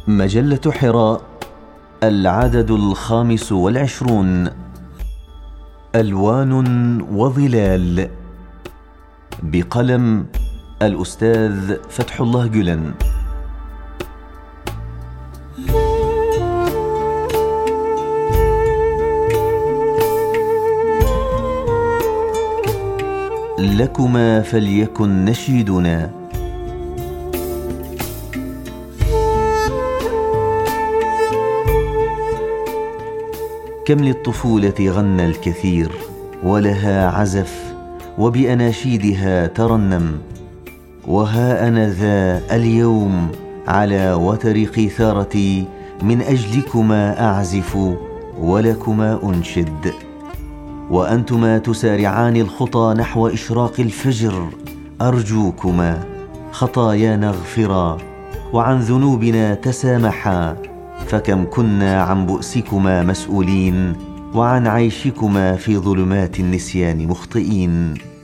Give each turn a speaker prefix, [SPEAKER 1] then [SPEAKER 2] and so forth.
[SPEAKER 1] مجلة حراء، العدد 25. ألوان وظلال، بقلم الأستاذ فتح الله جلن. لكما فليكن نشيدنا. كم للطفولة غنى الكثير، ولها عزف وبأناشيدها ترنم، وها أنا ذا اليوم على وتر قيثارتي من أجلكما أعزف ولكما أنشد، وأنتما تسارعان الخطى نحو إشراق الفجر. أرجوكما خطايانا اغفرا، وعن ذنوبنا تسامحا، فكم كنا عن بؤسكما مسؤولين، وعن عيشكما في ظلمات النسيان مخطئين.